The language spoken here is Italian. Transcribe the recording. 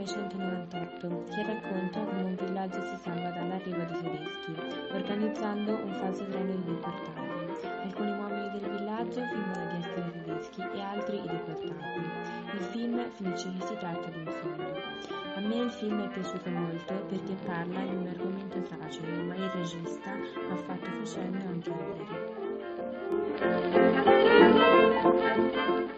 1998, che racconta come un villaggio si salva dall'arrivo dei tedeschi, organizzando un falso treno di deportati. Alcuni uomini del villaggio fingono di essere tedeschi e altri i deportati. Il film finisce che si tratta di un sogno. A me il film è piaciuto molto perché parla di un argomento tragico, ma il regista ha fatto facendo anche ridere.